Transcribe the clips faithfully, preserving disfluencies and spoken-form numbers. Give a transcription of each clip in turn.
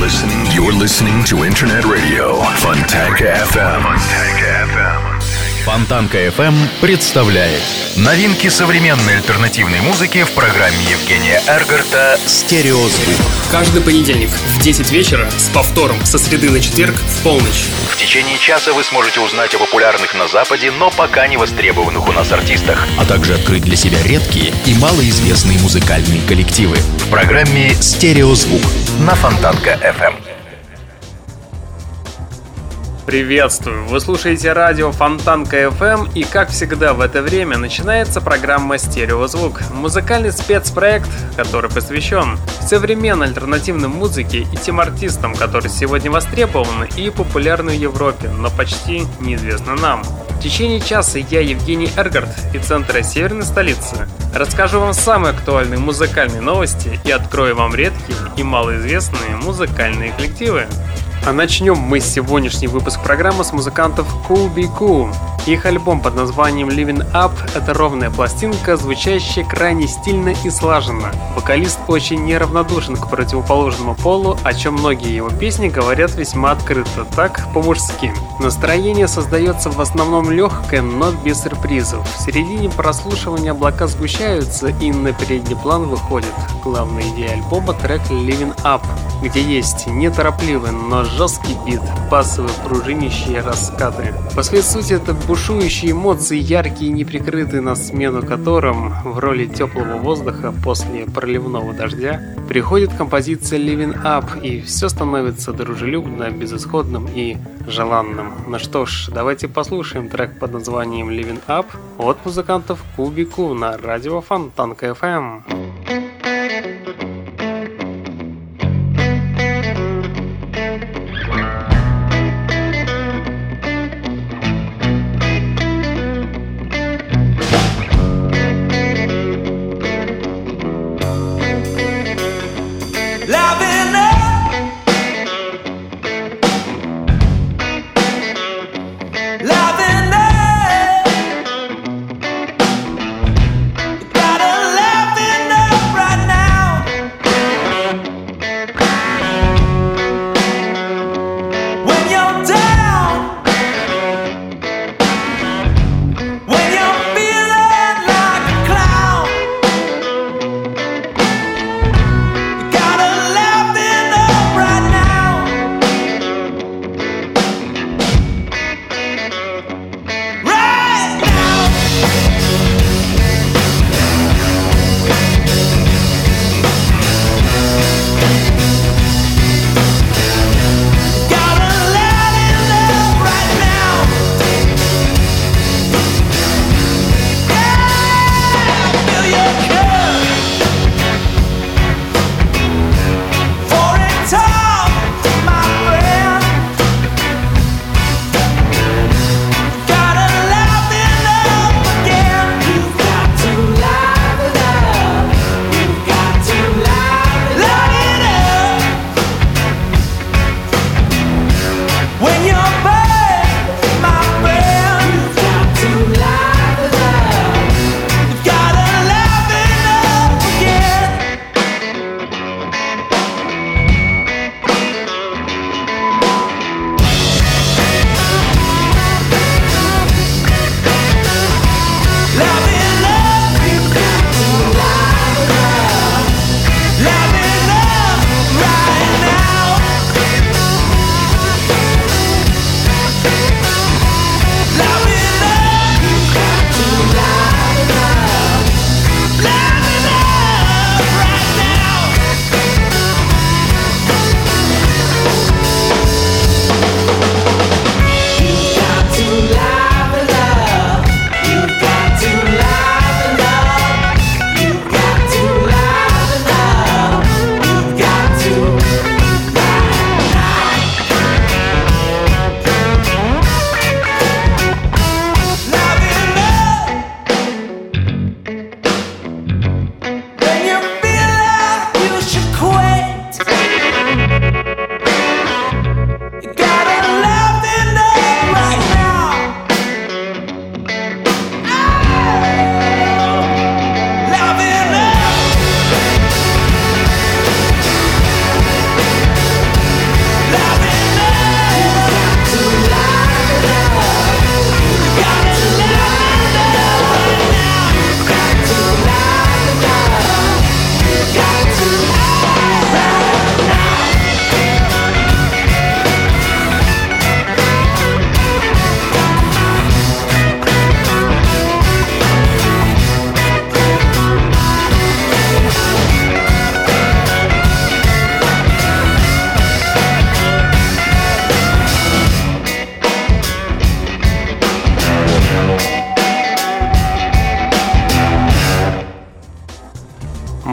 listening, you're listening to Internet Radio Fontanka эф эм. Fontanka эф эм. Фонтанка эф эм представляет новинки современной альтернативной музыки в программе Евгения Эргарта «Стереозвук». Каждый понедельник в десять вечера с повтором со среды на четверг в полночь. В течение часа вы сможете узнать о популярных на Западе, но пока не востребованных у нас артистах, а также открыть для себя редкие и малоизвестные музыкальные коллективы в программе «Стереозвук» на Фонтанка эф эм. Приветствую! Вы слушаете радио Фонтанка эф эм, и как всегда в это время начинается программа «Стереозвук». Музыкальный спецпроект, который посвящен современной альтернативной музыке и тем артистам, которые сегодня востребованы и популярны в Европе, но почти неизвестны нам. В течение часа я, Евгений Эргарт, из центра северной столицы, расскажу вам самые актуальные музыкальные новости и открою вам редкие и малоизвестные музыкальные коллективы. А начнем мы сегодняшний выпуск программы с музыкантов Cool Би Cool. Их альбом под названием Living Up — это ровная пластинка, звучащая крайне стильно и слаженно. Вокалист очень неравнодушен к противоположному полу, о чем многие его песни говорят весьма открыто, так по-мужски. Настроение создается в основном легкое, но без сюрпризов. В середине прослушивания облака сгущаются, и на передний план выходит главная идея альбома — трек Living Up, где есть неторопливый, но жесткий бит, басовые пружинищие раскаты. По своей сути это бушующие эмоции, яркие и неприкрытые, на смену которым в роли теплого воздуха после проливного дождя приходит композиция Living Up, и все становится дружелюбно, безысходным и желанным. Ну что ж, давайте послушаем трек под названием Living Up от музыкантов Cool Би Cool на радио Фонтанка эф эм. Gotta laugh.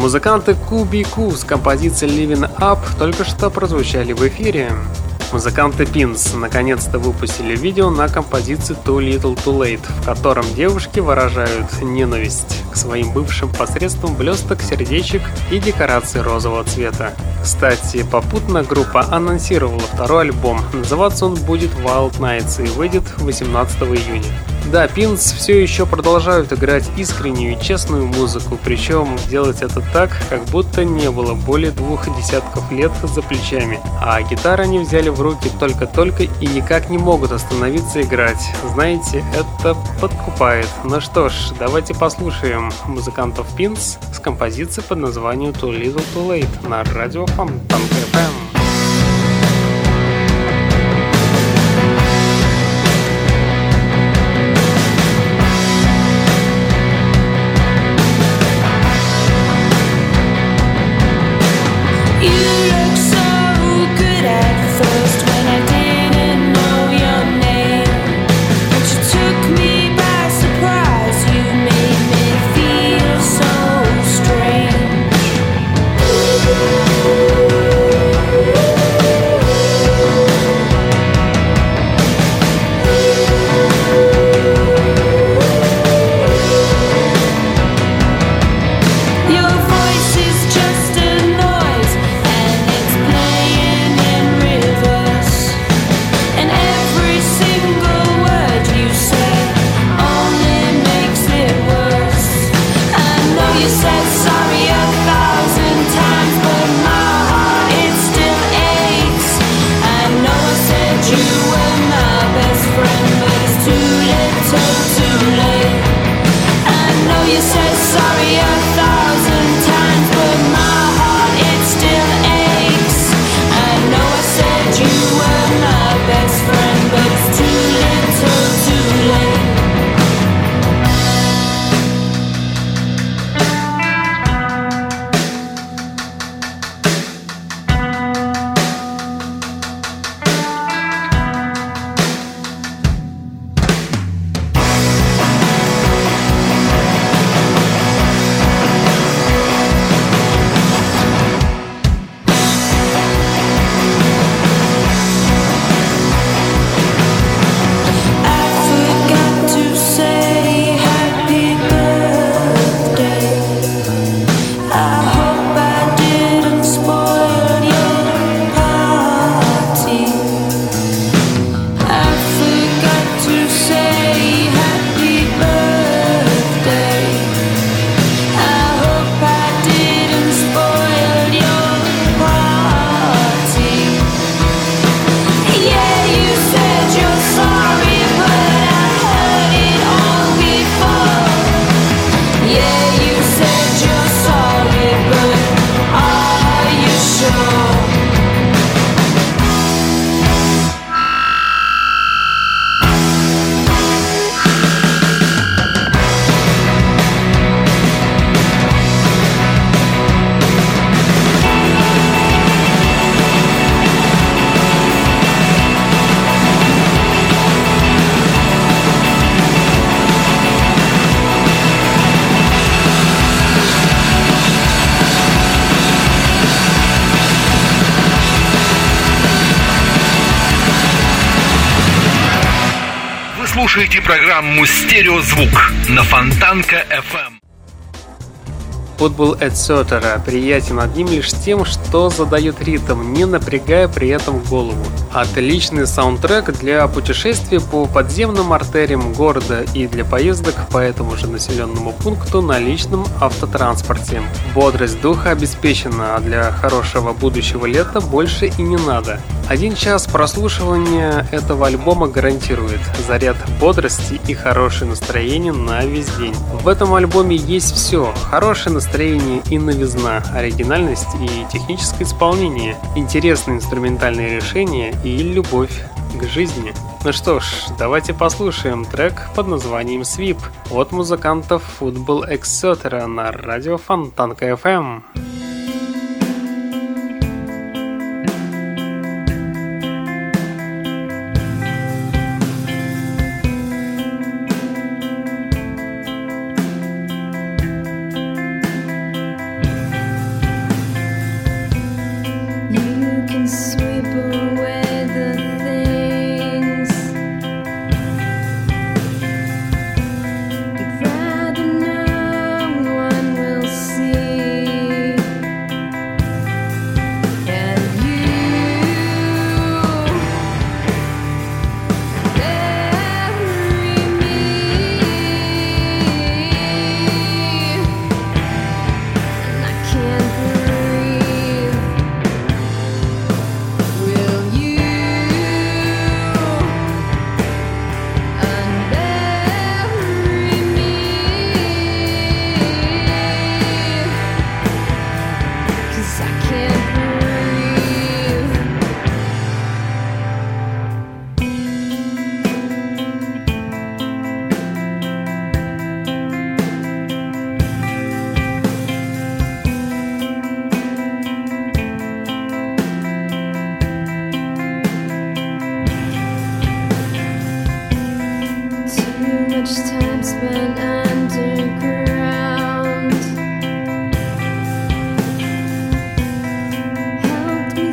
Музыканты Кубику с композицией Living Up только что прозвучали в эфире. Музыканты Pins наконец-то выпустили видео на композицию Too Little Too Late, в котором девушки выражают ненависть к своим бывшим посредством блесток, сердечек и декораций розового цвета. Кстати, попутно группа анонсировала второй альбом. Называться он будет Wild Nights и выйдет восемнадцатого июня. Да, Pins все еще продолжают играть искреннюю и честную музыку, причем делать это так, как будто не было более двух десятков лет за плечами, а гитары они взяли в руки только-только и никак не могут остановиться играть. Знаете, это подкупает. Ну что ж, давайте послушаем музыкантов Pins с композицией под названием Too Little Too Late на радио Фонтанка эф эм. Слушайте программу «Стереозвук» на Фонтанка эф эм. Football Etc. приятен одним лишь тем, что задает ритм, не напрягая при этом голову. Отличный саундтрек для путешествий по подземным артериям города и для поездок по этому же населенному пункту на личном автотранспорте. Бодрость духа обеспечена, а для хорошего будущего лета больше и не надо. Один час прослушивания этого альбома гарантирует заряд бодрости и хорошее настроение на весь день. В этом альбоме есть все: хорошее настроение и новизна, оригинальность и техническое исполнение, интересные инструментальные решения и любовь к жизни. Ну что ж, давайте послушаем трек под названием Sweep от музыкантов Football Etc. на радио Фонтанка эф эм.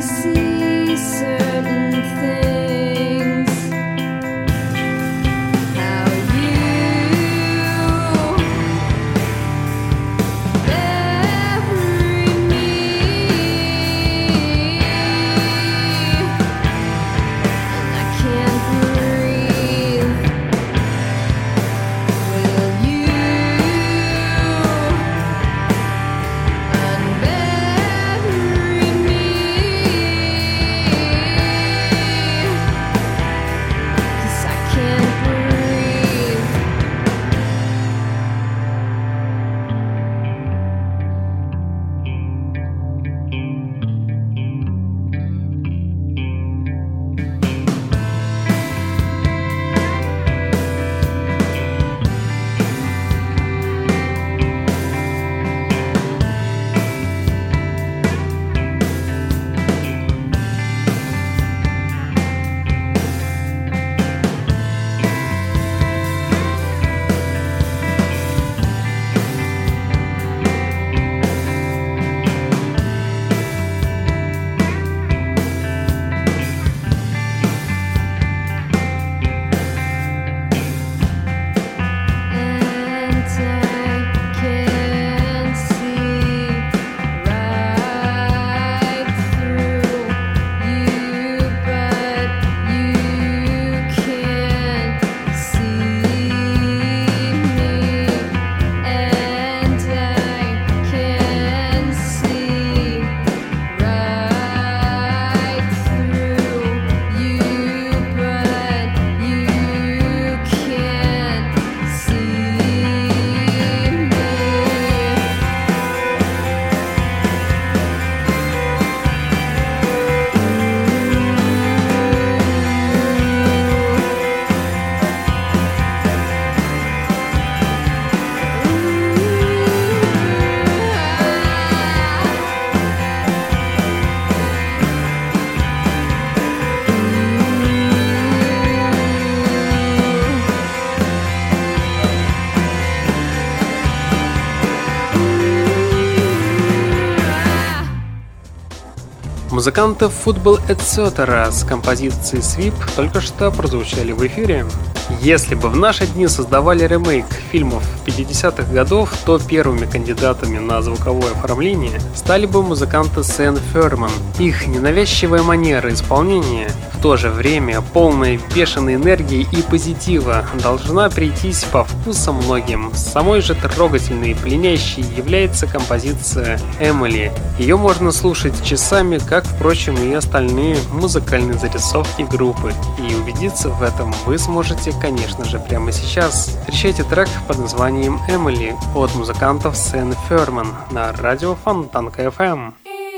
Музыканты Football et cetera с композицией Sweep только что прозвучали в эфире. Если бы в наши дни создавали ремейк фильмов пятидесятых годов, то первыми кандидатами на звуковое оформление стали бы музыканты Сэн Ферман. Их ненавязчивая манера исполнения, в то же время полная бешеной энергии и позитива, должна прийтись по вкусу многим. Самой же трогательной и пленящей является композиция «Эмили». Ее можно слушать часами, как, впрочем, и остальные музыкальные зарисовки группы. И убедиться в этом вы сможете, конечно же, прямо сейчас. Встречайте трек под названием «Эмили» от музыкантов Сэн Ферман на радио Фонтанка эф эм.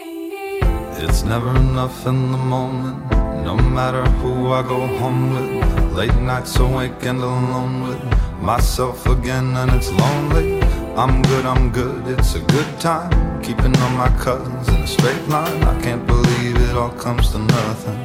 It's never enough in the moment, no matter who I go home with. Late nights awake and alone with myself again, and it's lonely. I'm good, I'm good, it's a good time. Keeping all my cousins in a straight line. I can't believe it all comes to nothing.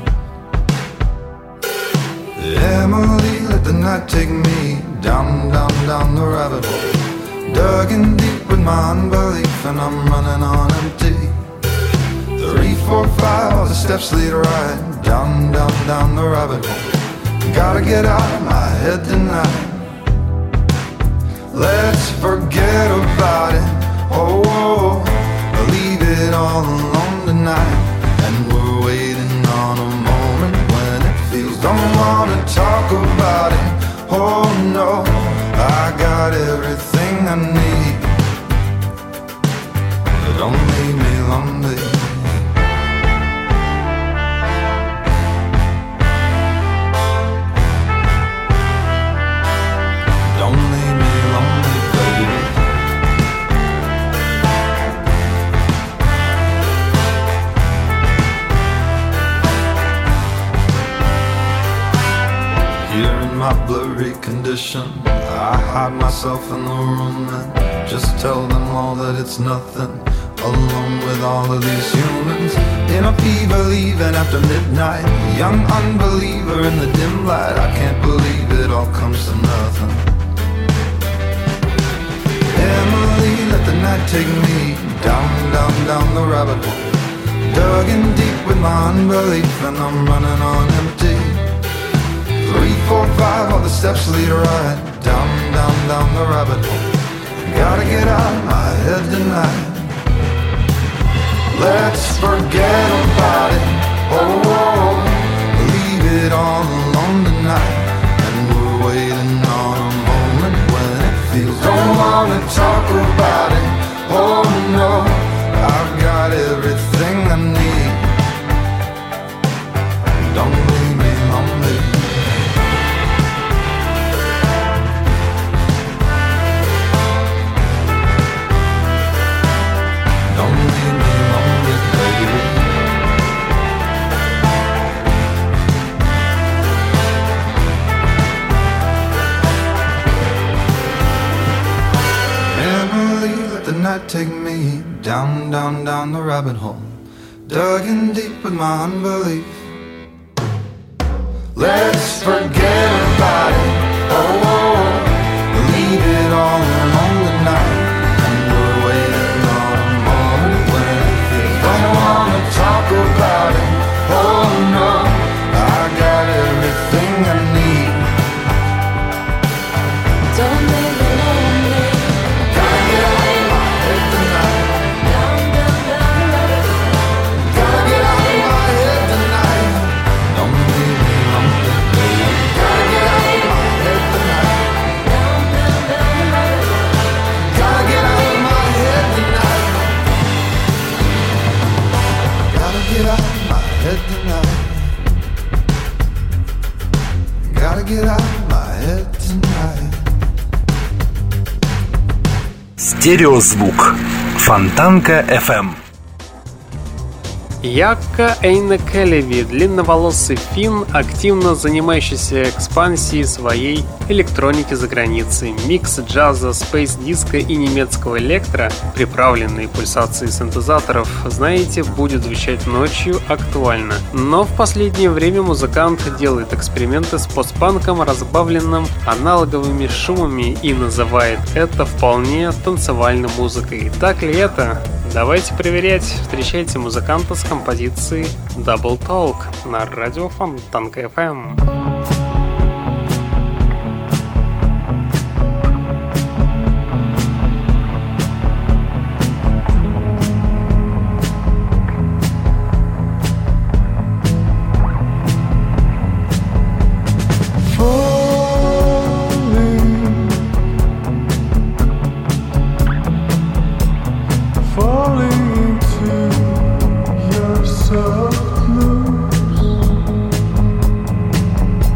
Emily, let the night take me down, down, down the rabbit hole. Dug in deep with my unbelief, and I'm running on empty. Three, four, five, all the steps lead right down, down, down the rabbit hole. Gotta get out of my head tonight. Let's forget about it. Oh, oh, oh, leave it all alone tonight. And we're waiting on a moment when it feels. Don't wanna talk about it. Oh no, I got everything I need. But don't leave me lonely. My blurry condition, I hide myself in the room and just tell them all that it's nothing. Alone with all of these humans in a fever, leaving after midnight. Young unbeliever in the dim light. I can't believe it all comes to nothing. Emily, let the night take me down, down, down the rabbit hole. Dug in deep with my unbelief, and I'm running on empty. Three, four, five, all the steps lead right down, down, down the rabbit hole. Gotta get out of my head tonight. Let's forget about it. Oh, oh, leave it all alone tonight. And we're waiting on a moment when it feels. Don't wanna talk about it. Oh no, I've got everything I need. Don't leave me lonely. Don't leave me lonely, baby. Emily, let the night take me down, down, down the rabbit hole. Dug in deep with my unbelief. Let's forget about it. Oh, oh, leave it all alone tonight. And we're waiting on a moment when it feels. Don't wanna talk about it. Oh no, I got everything I need. Don't leave me lonely. Gotta get out of my head tonight. Down, down, down the rabbit hole. Gotta get out of my head tonight. Don't leave me lonely, baby. Gotta get out of my head tonight. Down, down, down the rabbit hole. Gotta get out of my head tonight. Gotta get out of my head tonight. Gotta get out of my head tonight. Стереозвук. Фонтанка эф эм. Якко Эйне Келеви, длинноволосый финн, активно занимающийся экспансией своей электроники за границей. Микс джаза, спейс-диска и немецкого электро, приправленные пульсацией синтезаторов, знаете, будет звучать ночью актуально. Но в последнее время музыкант делает эксперименты с постпанком, разбавленным аналоговыми шумами, и называет это вполне танцевальной музыкой. Так ли это? Давайте проверять. Встречайте музыканта с композицией Double Talk на радио Фонтанка эф эм. Soft moves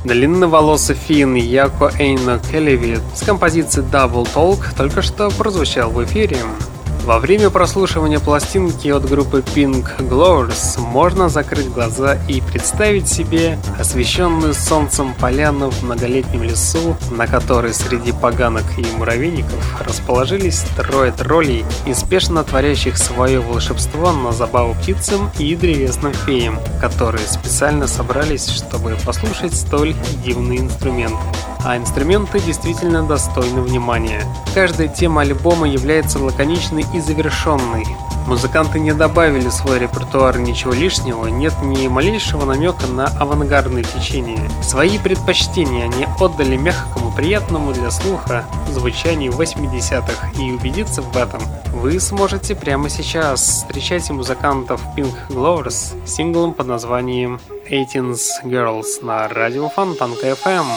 Длинноволосый финн Яко Эйно Келеви с композицией Double Talk только что прозвучал в эфире. Во время прослушивания пластинки от группы Pink Glowers можно закрыть глаза и представить себе освещенную солнцем поляну в многолетнем лесу, на которой среди поганок и муравейников расположились трое троллей, неспешно творящих свое волшебство на забаву птицам и древесным феям, которые специально собрались, чтобы послушать столь дивные инструменты. А инструменты действительно достойны внимания. Каждая тема альбома является лаконичной и завершенной. Музыканты не добавили в свой репертуар ничего лишнего, нет ни малейшего намека на авангардное течение. Свои предпочтения они отдали мягкому, приятному для слуха звучанию восьмидесятых, и убедиться в этом вы сможете прямо сейчас. Встречайте музыкантов Pink Glowers с синглом под названием eighteens Girls на радио Фонтанка эф эм.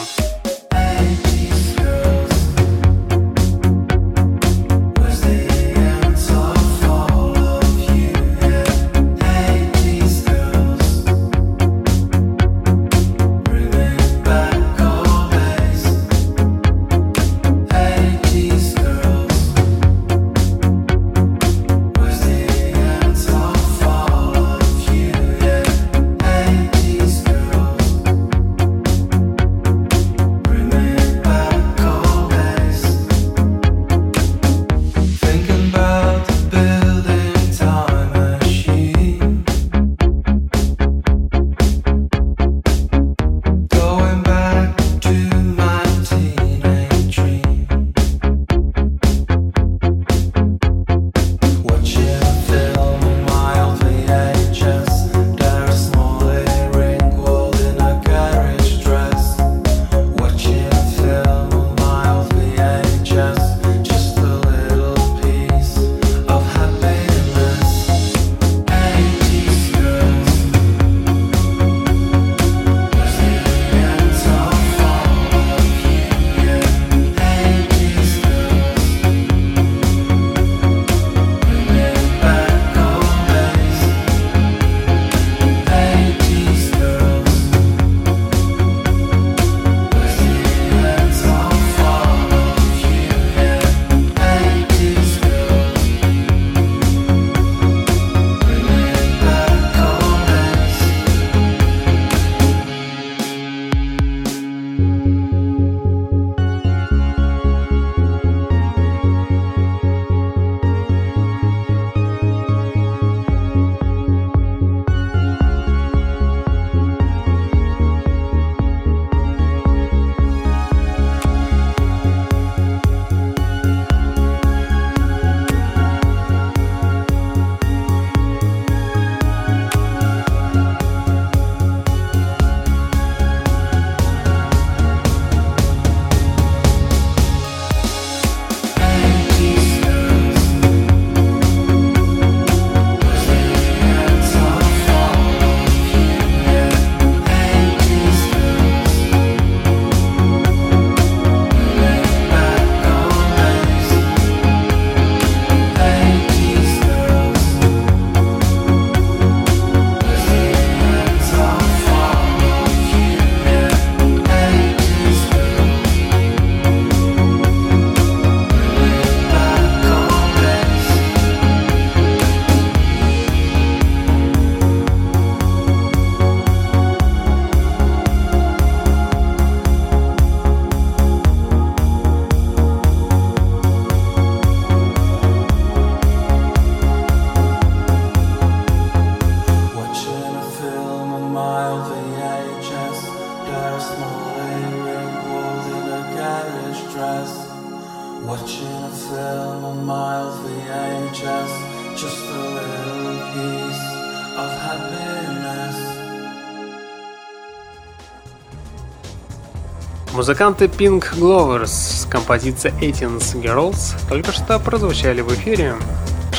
Музыканты Pink Glowers с композицией eighteens Girls только что прозвучали в эфире.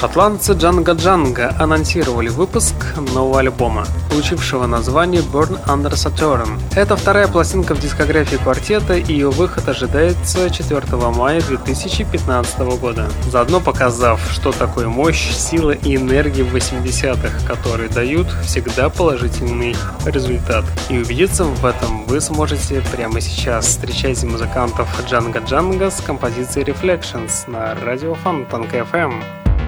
Шотландцы Django Django анонсировали выпуск нового альбома, получившего название Born Under Saturn. Это вторая пластинка в дискографии квартета, и ее выход ожидается четвёртого мая две тысячи пятнадцатого года, заодно показав, что такое мощь, сила и энергия в восьмидесятых, которые дают всегда положительный результат. И убедиться в этом вы сможете прямо сейчас. Встречайте музыкантов Django Django с композицией Reflections на радио Фонтанка эф эм.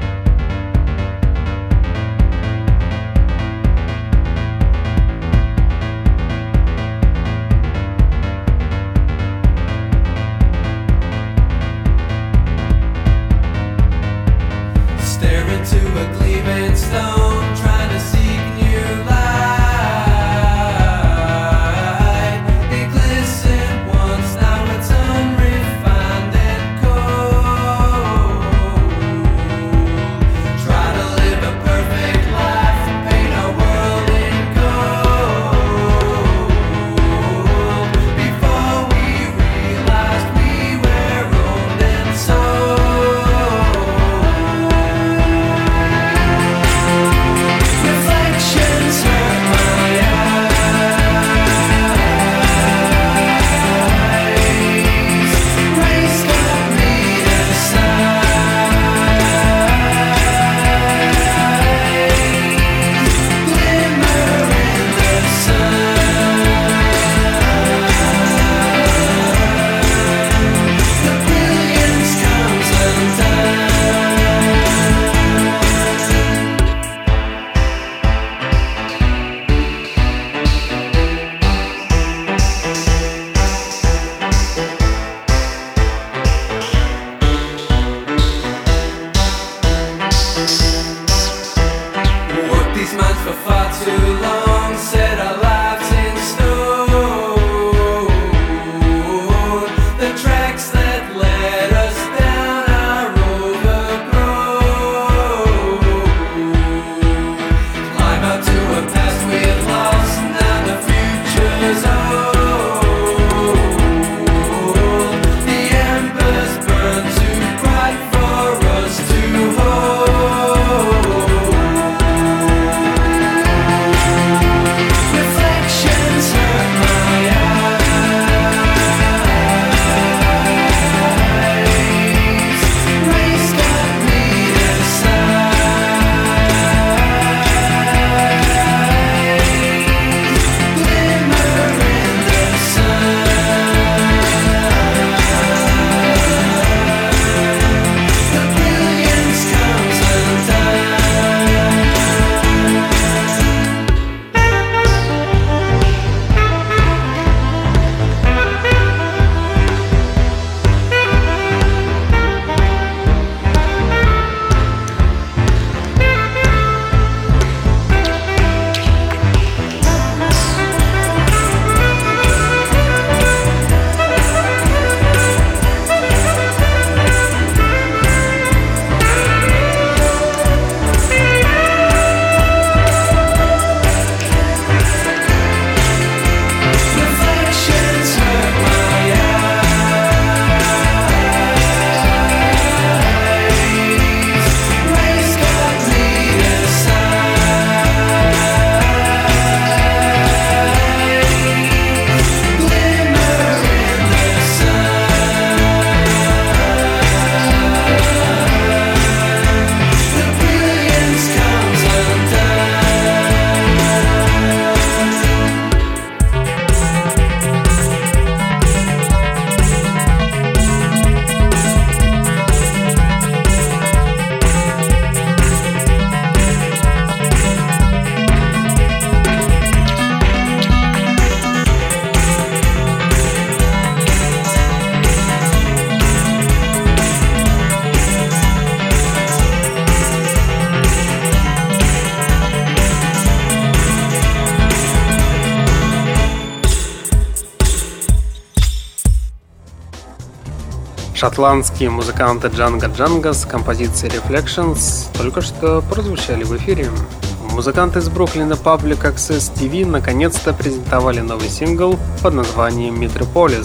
Шотландские музыканты Django Django с композицией Reflections только что прозвучали в эфире. Музыканты из Бруклина Public Access ти ви наконец-то презентовали новый сингл под названием Metropolis.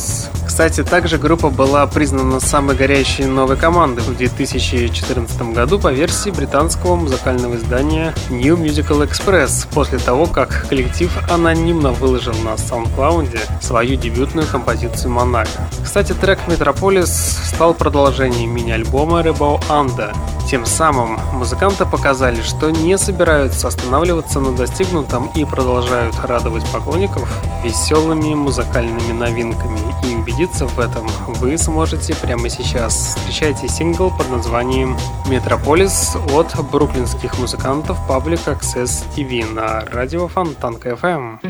Кстати, также группа была признана самой горячей новой командой в две тысячи четырнадцатом году по версии британского музыкального издания New Musical Express, после того, как коллектив анонимно выложил на SoundCloud свою дебютную композицию «Монако». Кстати, трек «Metropolis» стал продолжением мини-альбома Rainbow Under. Тем самым музыканты показали, что не собираются останавливаться на достигнутом и продолжают радовать поклонников веселыми музыкальными новинками. И убедиться в этом вы сможете прямо сейчас. Встречайте сингл под названием «Metropolis» от бруклинских музыкантов Public Access ти ви на радио Фонтанка эф эм.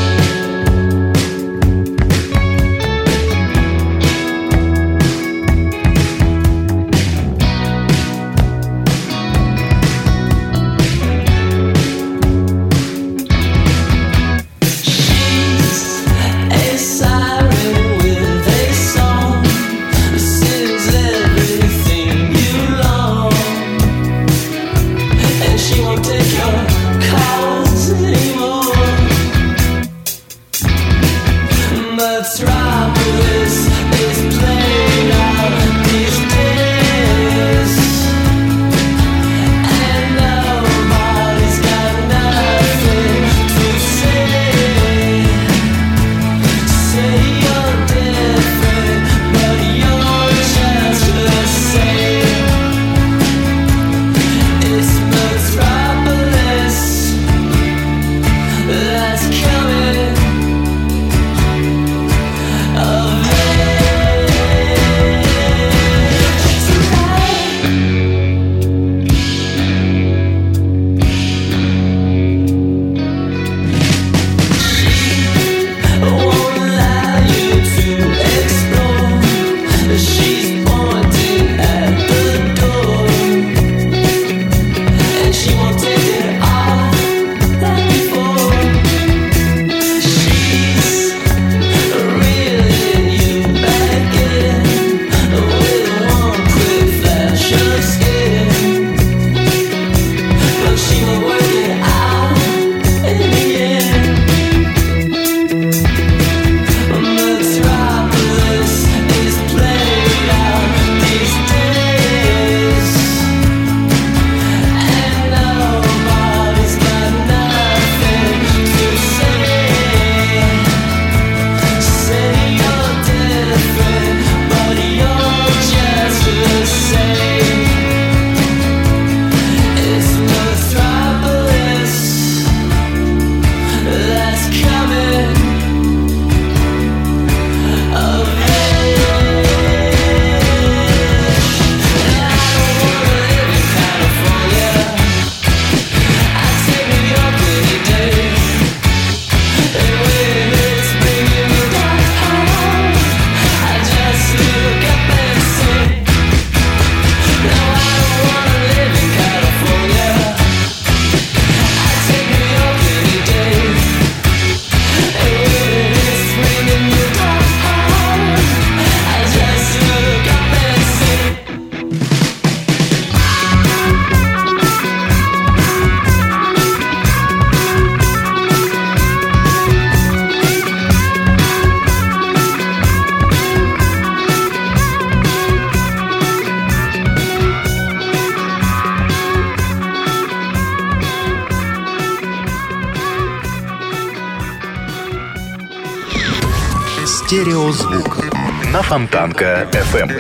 Стереозвук на Фонтанка эф эм.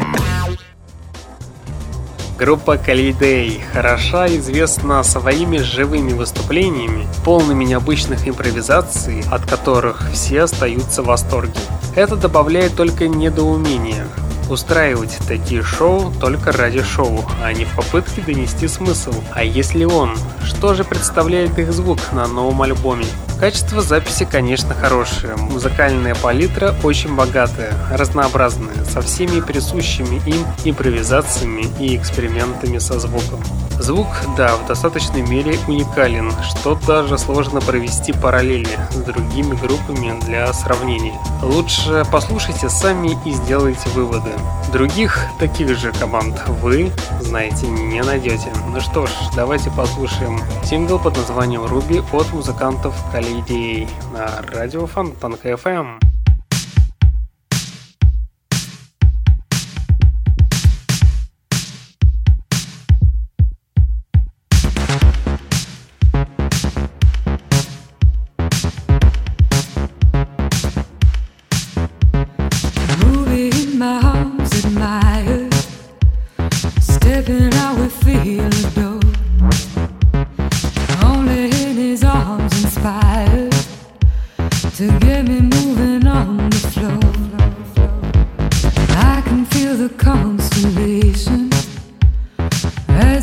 Группа Колидей хороша известна своими живыми выступлениями, полными необычных импровизаций, от которых все остаются в восторге. Это добавляет только недоумения. Устраивать такие шоу только ради шоу, а не в попытке донести смысл. А если он? Что же представляет их звук на новом альбоме? Качество записи, конечно, хорошее. Музыкальная палитра очень богатая, разнообразная, со всеми присущими им импровизациями и экспериментами со звуком. Звук, да, в достаточной мере уникален, что даже сложно провести параллели с другими группами для сравнения. Лучше послушайте сами и сделайте выводы. Других таких же команд вы, знаете, не найдете. Ну что ж, давайте послушаем сингл под названием «Руби» от музыкантов Колидей на радио Фонтанка эф эм.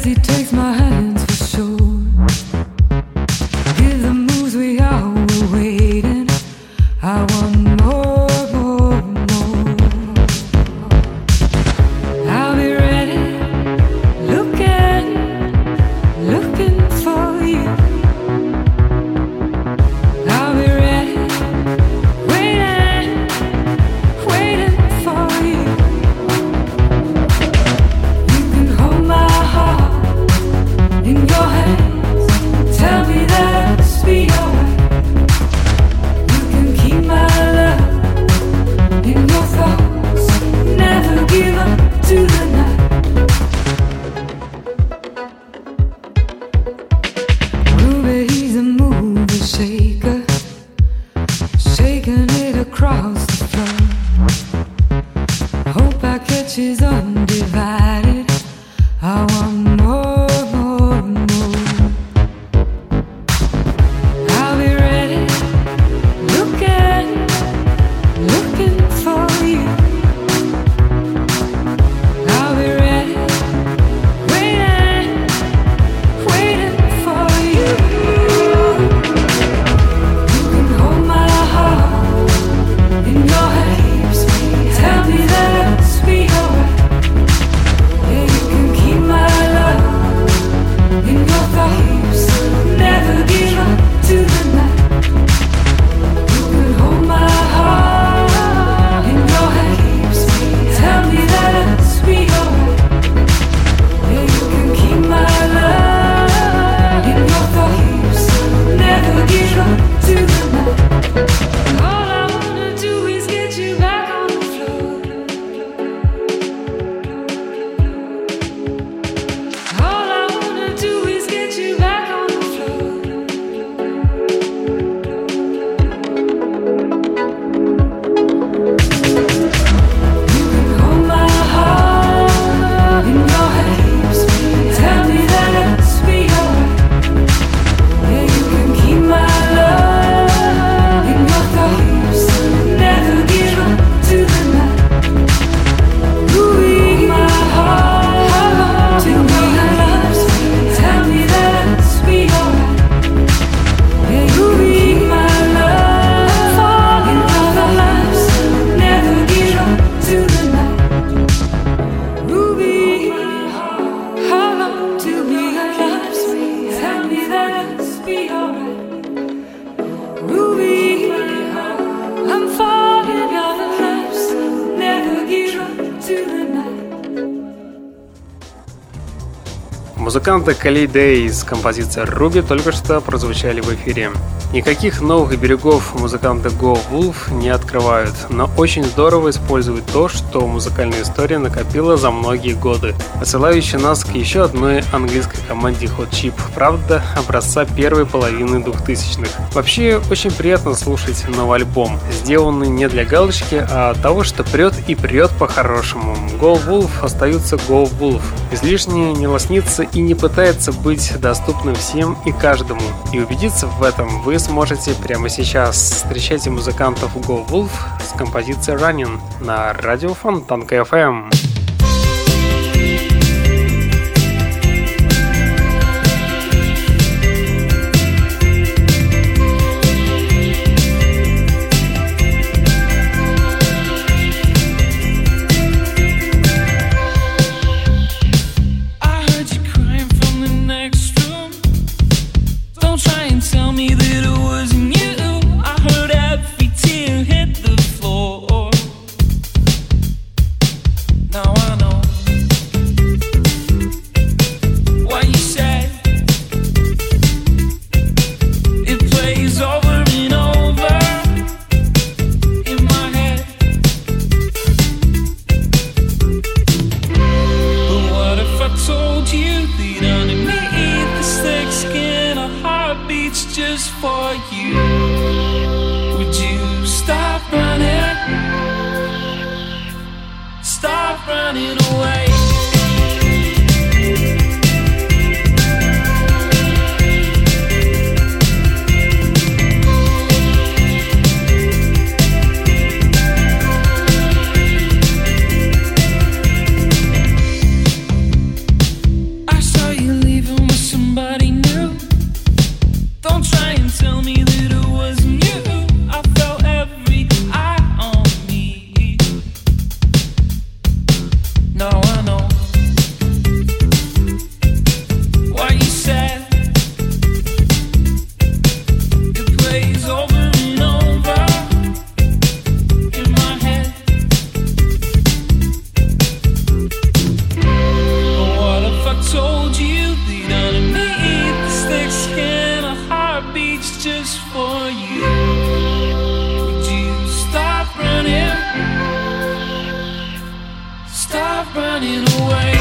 Музыканты Cali Day с композицией Ruby только что прозвучали в эфире. Никаких новых берегов музыканты Go Wolf не открывают, но очень здорово используют то, что музыкальная история накопила за многие годы, посылающая нас к еще одной английской команде Hot Chip, правда, образца первой половины двухтысячных. Вообще, очень приятно слушать новый альбом, сделанный не для галочки, а того, что прет и прет по-хорошему. Go Wolf остаются Go Wolf, излишне не лоснится и не пытается быть доступным всем и каждому. И убедиться в этом вы сможете прямо сейчас. Встречайте музыкантов Go Wolf с композицией Running на радио Фонтанка эф эм. I saw you bleed underneath the thick skin. A heart beats just for you. Would you stop running? Stop running away.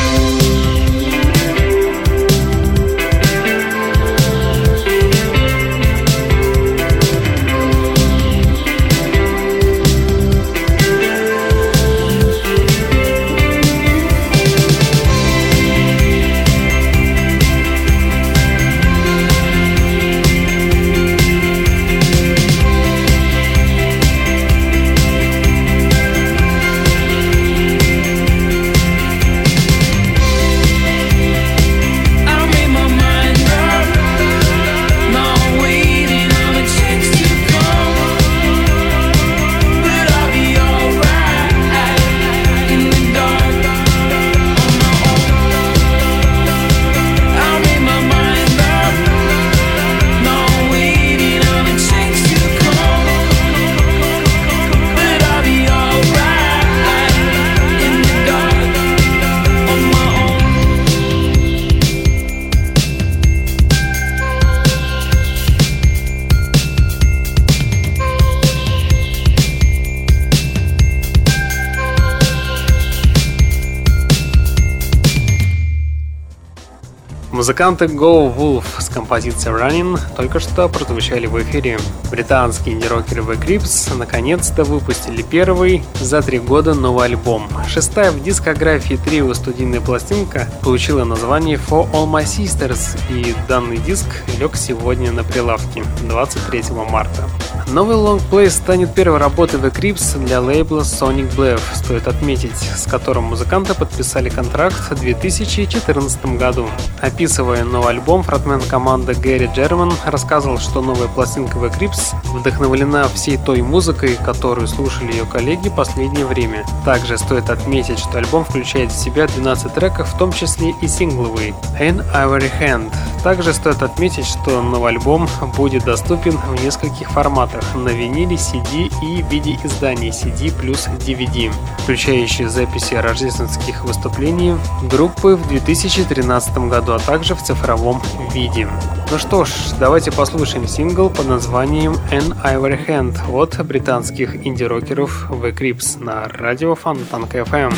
Музыканты Go Wolf с композицией Running только что прозвучали в эфире. Британские инди-рокеры The Crips наконец-то выпустили первый за три года новый альбом. Шестая в дискографии трио студийная пластинка получила название For All My Sisters, и данный диск лег сегодня на прилавки, двадцать третьего марта. Новый лонгплей станет первой работой The Crips для лейбла Sonic Blave, стоит отметить, с которым музыканты подписали контракт в две тысячи четырнадцатом году. Описывая новый альбом, фронтмен команды Гэри Джерман рассказывал, что новая пластинка The Crips вдохновлена всей той музыкой, которую слушали ее коллеги в последнее время. Также стоит отметить, что альбом включает в себя двенадцать треков, в том числе и сингловый In Ivory Hand. Также стоит отметить, что новый альбом будет доступен в нескольких форматах: на виниле, си ди и в виде изданий си ди плюс ди ви ди, включающие записи рождественских выступлений группы в две тысячи тринадцатом году, а также в цифровом виде. Ну что ж, давайте послушаем сингл под названием An Ivory Hand от британских инди-рокеров The Crips на радио Фонтанка эф эм.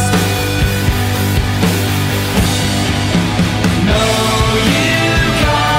No, you can't.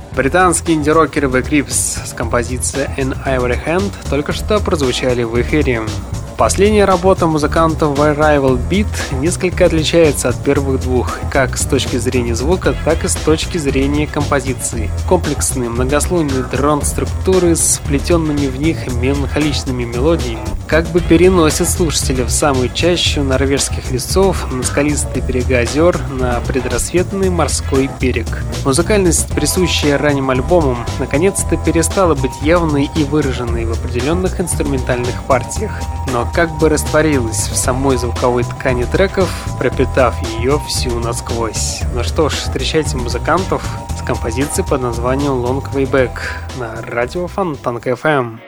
Британские инди-рокеры The Crips с композицией An Ivory Hand только что прозвучали в эфире. Последняя работа музыкантов в Arrival Beat несколько отличается от первых двух, как с точки зрения звука, так и с точки зрения композиции. Комплексные многослойные дрон-структуры с вплетенными в них меланхоличными мелодиями как бы переносят слушателя в самую чащу норвежских лесов, на скалистые берега озер, на предрассветный морской берег. Музыкальность, присущая ранним альбомам, наконец-то перестала быть явной и выраженной в определенных инструментальных партиях, но как бы растворилась в самой звуковой ткани треков, пропитав ее всю насквозь. Ну что ж, встречайте музыкантов с композицией под названием Long Way Back на радио Фонтанка эф эм.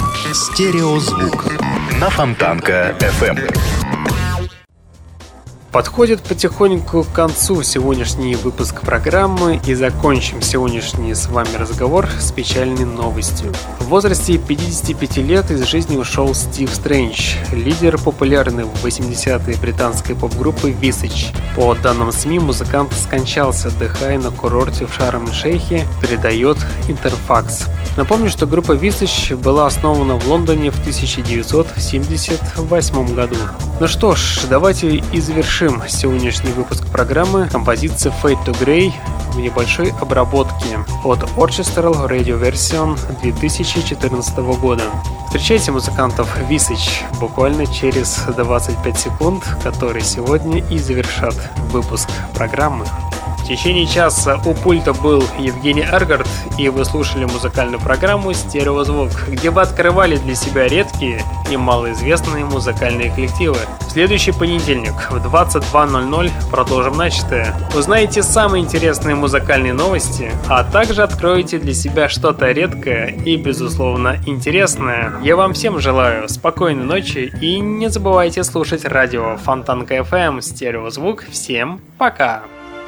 Стереозвук на Фонтанка эф эм. Подходит потихоньку к концу сегодняшний выпуск программы, и закончим сегодняшний с вами разговор с печальной новостью. В возрасте пятидесяти пяти лет из жизни ушел Стив Стрэндж, лидер популярной в восьмидесятые британской поп-группы Visage. По данным СМИ, музыкант скончался, отдыхая на курорте в Шарм-эль-Шейхе, передает Интерфакс. Напомню, что группа Visage была основана в Лондоне в тысяча девятьсот семьдесят восьмом году. Ну что ж, давайте и завершим сегодняшний выпуск программы композиция Fade to Grey в небольшой обработке от Orchestral Radio Version две тысячи четырнадцатого года. Встречайте музыкантов Visage буквально через двадцать пять секунд, которые сегодня и завершат выпуск программы. В течение часа у пульта был Евгений Эргард, и вы слушали музыкальную программу «Стереозвук», где вы открывали для себя редкие и малоизвестные музыкальные коллективы. В следующий понедельник в двадцать два ноль ноль продолжим начатое. Узнаете самые интересные музыкальные новости, а также откроете для себя что-то редкое и, безусловно, интересное. Я вам всем желаю спокойной ночи и не забывайте слушать радио Фонтанка эф эм «Стереозвук». Всем пока!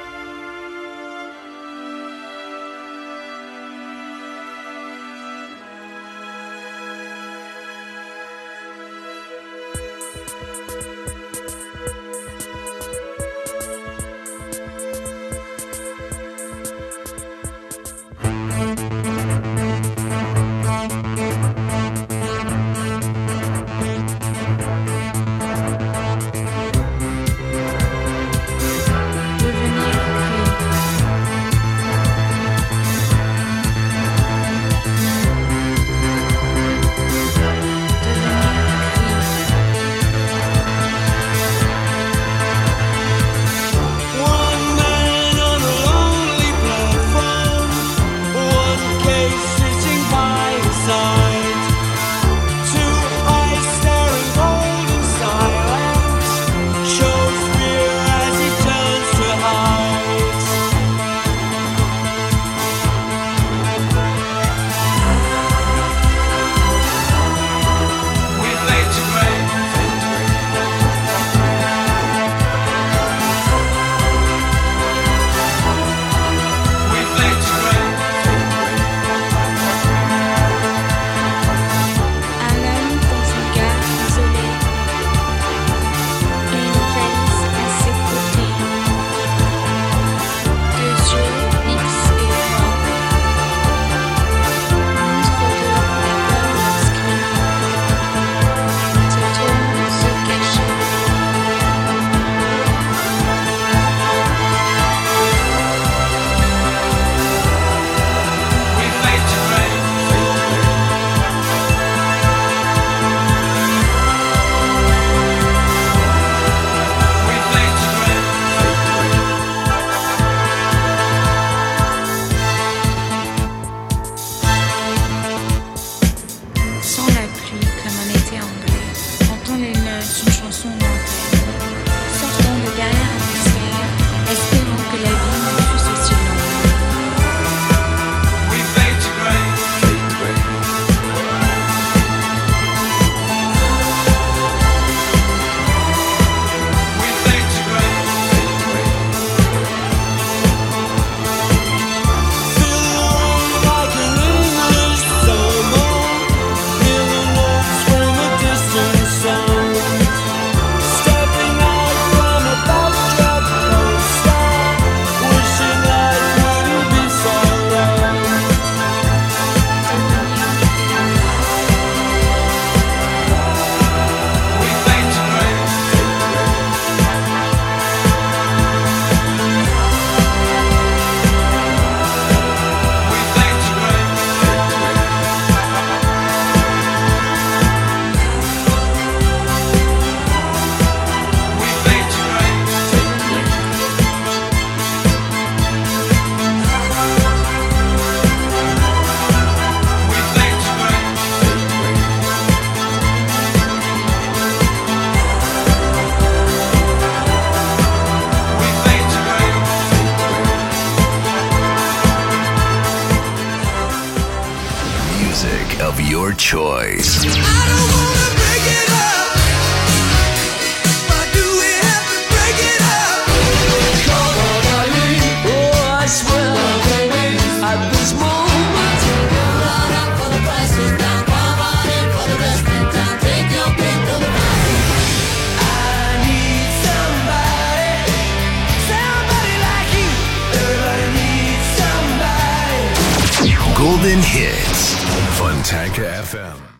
your choice. I don't wanna break it up, but do we have to break it up? Golden Hits. Fontanka эф эм.